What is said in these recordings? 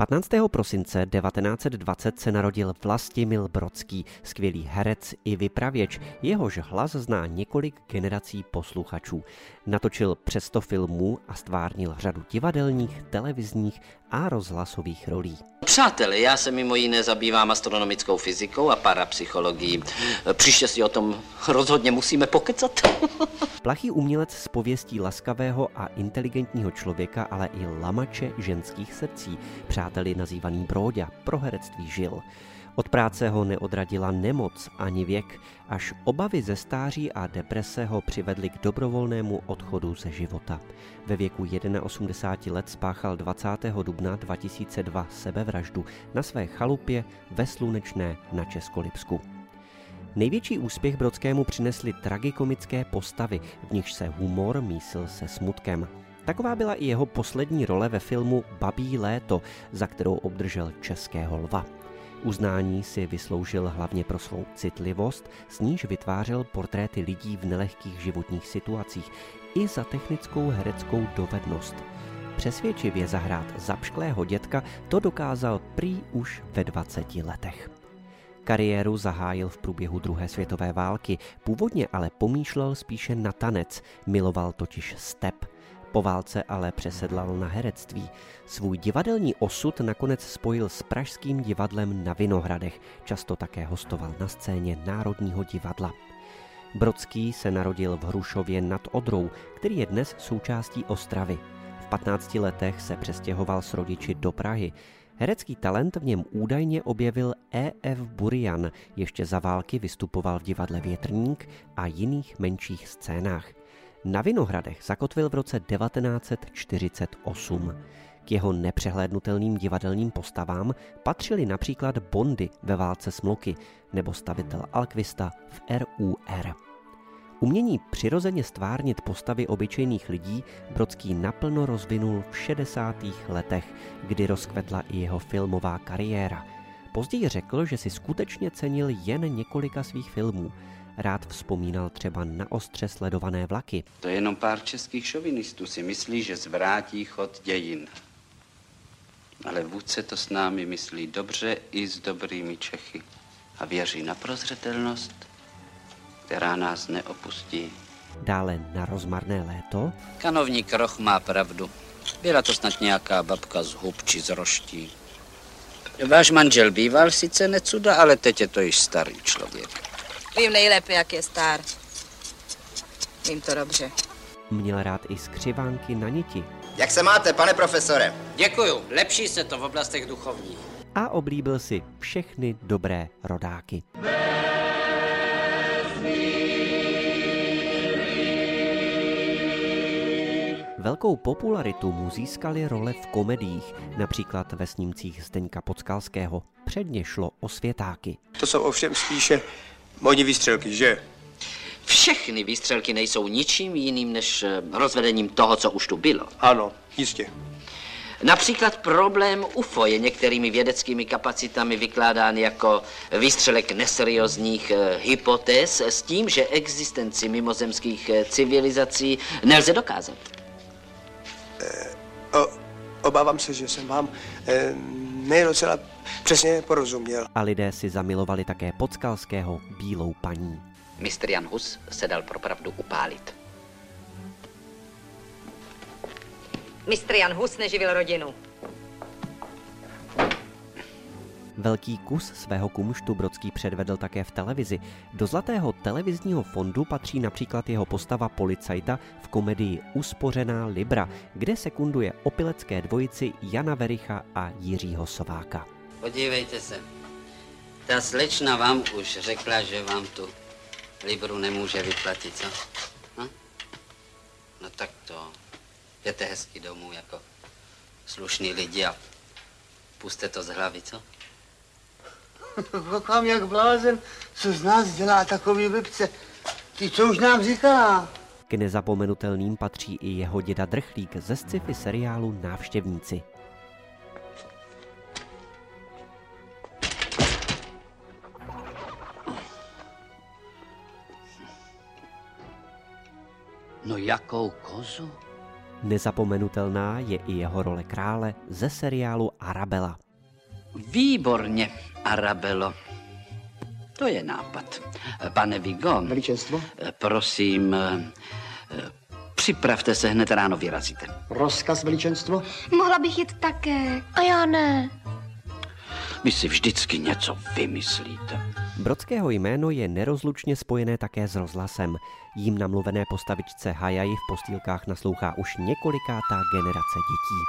15. prosince 1920 se narodil Vlastimil Brodský, skvělý herec i vypravěč, jehož hlas zná několik generací posluchačů. Natočil přes 100 filmů a stvárnil řadu divadelních, televizních a rozhlasových rolí. Přátelé, já se mimo jiné zabývám astronomickou fyzikou a parapsychologií. Příště si o tom rozhodně musíme pokecat. Plachý umělec z pověstí laskavého a inteligentního člověka, ale i lamače ženských srdcí, přáteli nazývaný Bróďa, pro herectví žil. Od práce ho neodradila nemoc ani věk, až obavy ze stáří a deprese ho přivedly k dobrovolnému odchodu ze života. Ve věku 81 let spáchal 20. dubna 2002 sebevraždu na své chalupě ve Slunečné na Českolipsku. Největší úspěch Brodskému přinesly tragikomické postavy, v nichž se humor mísil se smutkem. Taková byla i jeho poslední role ve filmu Babí léto, za kterou obdržel Českého lva. Uznání si vysloužil hlavně pro svou citlivost, s níž vytvářel portréty lidí v nelehkých životních situacích, i za technickou hereckou dovednost. Přesvědčivě zahrát zapšklého dětka to dokázal prý už ve 20 letech. Kariéru zahájil v průběhu druhé světové války, původně ale pomýšlel spíše na tanec, miloval totiž step. Po válce ale přesedlal na herectví. Svůj divadelní osud nakonec spojil s Pražským divadlem na Vinohradech, často také hostoval na scéně Národního divadla. Brodský se narodil v Hrušově nad Odrou, který je dnes součástí Ostravy. V 15 letech se přestěhoval s rodiči do Prahy. Herecký talent v něm údajně objevil E.F. Burian, ještě za války vystupoval v divadle Větrník a jiných menších scénách. Na Vinohradech zakotvil v roce 1948. K jeho nepřehlédnutelným divadelním postavám patřily například Bondy ve Válce Smloky nebo stavitel Alkvista v RUR. Umění přirozeně stvárnit postavy obyčejných lidí Brodský naplno rozvinul v 60. letech, kdy rozkvetla i jeho filmová kariéra. Později řekl, že si skutečně cenil jen několika svých filmů. Rád vzpomínal třeba na ostře sledované vlaky. To je jenom pár českých šovinistů si myslí, že zvrátí chod dějin. Ale vůdce to s námi myslí dobře i s dobrými Čechy. A věří na prozřetelnost, která nás neopustí. Dále Na rozmarné léto. Kanovník Roch má pravdu. Byla to snad nějaká babka z Hub či z Roští. Váš manžel býval sice necuda, ale teď je to již starý člověk. Vím nejlépe, jak je star. Vím to dobře. Měl rád i skřivánky na niti. Jak se máte, pane profesore? Děkuju, lepší se to v oblastech duchovních. A oblíbil si všechny dobré rodáky. Velkou popularitu mu získaly role v komediích, například ve snímcích Zdeňka Podskalského. Předně šlo o světáky. To jsou ovšem spíše modní výstřelky, že? Všechny výstřelky nejsou ničím jiným než rozvedením toho, co už tu bylo. Ano, jistě. Například problém UFO je některými vědeckými kapacitami vykládán jako výstřelek neseriózních hypotéz s tím, že existenci mimozemských civilizací nelze dokázat. Obávám se, že jsem vám docela přesně porozuměl. A lidé si zamilovali také Podskalského Bílou paní. Mistr Jan Hus se dal pro pravdu upálit. Mistr Jan Hus neživil rodinu. Velký kus svého kumštu Brodský předvedl také v televizi. Do zlatého televizního fondu patří například jeho postava policajta v komedii Uspořená libra, kde sekunduje opilecké dvojici Jana Vericha a Jiřího Sováka. Podívejte se, ta slečna vám už řekla, že vám tu libru nemůže vyplatit, co? No tak to, jděte hezky domů jako slušný lidi a puste to z hlavy, co? Koukám jak blázen, co z nás dělá takový blbce. Ty co už nám říká? K nezapomenutelným patří i jeho děda Drchlík ze sci-fi seriálu Návštěvníci. No jakou kozu? Nezapomenutelná je i jeho role krále ze seriálu Arabella. Výborně, Arabello. To je nápad. Pane Vigo. Veličenstvo? Prosím, připravte se, hned ráno vyrazíte. Rozkaz, veličenstvo? Mohla bych jít také. A já ne. Vy si vždycky něco vymyslíte. Brodského jméno je nerozlučně spojené také s rozhlasem. Jím namluvené postavičce Hajaji v postýlkách naslouchá už několikátá generace dětí.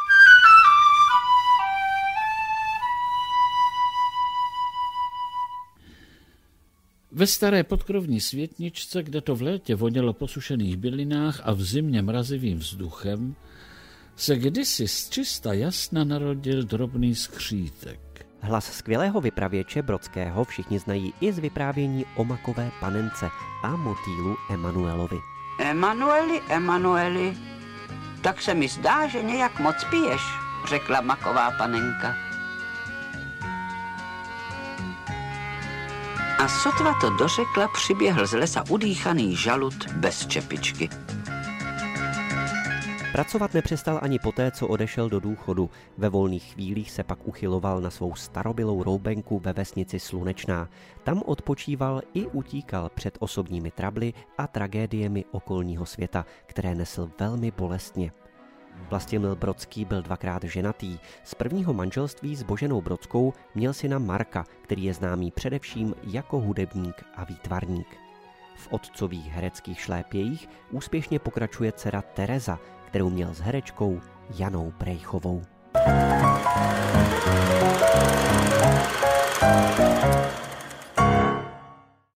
Ve staré podkrovní světničce, kde to v létě vonělo po sušených bylinách a v zimě mrazivým vzduchem, se kdysi z čista jasna narodil drobný skřítek. Hlas skvělého vypravěče Brodského všichni znají i z vyprávění o makové panence a motýlu Emanuelovi. Emanueli, tak se mi zdá, že nějak moc piješ, řekla maková panenka. A sotva to dořekla, přiběhl z lesa udýchaný žalud bez čepičky. Pracovat nepřestal ani poté, co odešel do důchodu. Ve volných chvílích se pak uchyloval na svou starobylou roubenku ve vesnici Slunečná. Tam odpočíval i utíkal před osobními trably a tragédiemi okolního světa, které nesl velmi bolestně. Vlastimil Brodský byl dvakrát ženatý. Z prvního manželství s Boženou Brodskou měl syna Marka, který je známý především jako hudebník a výtvarník. V otcových hereckých šlépějích úspěšně pokračuje dcera Tereza, kterou měl s herečkou Janou Prejchovou.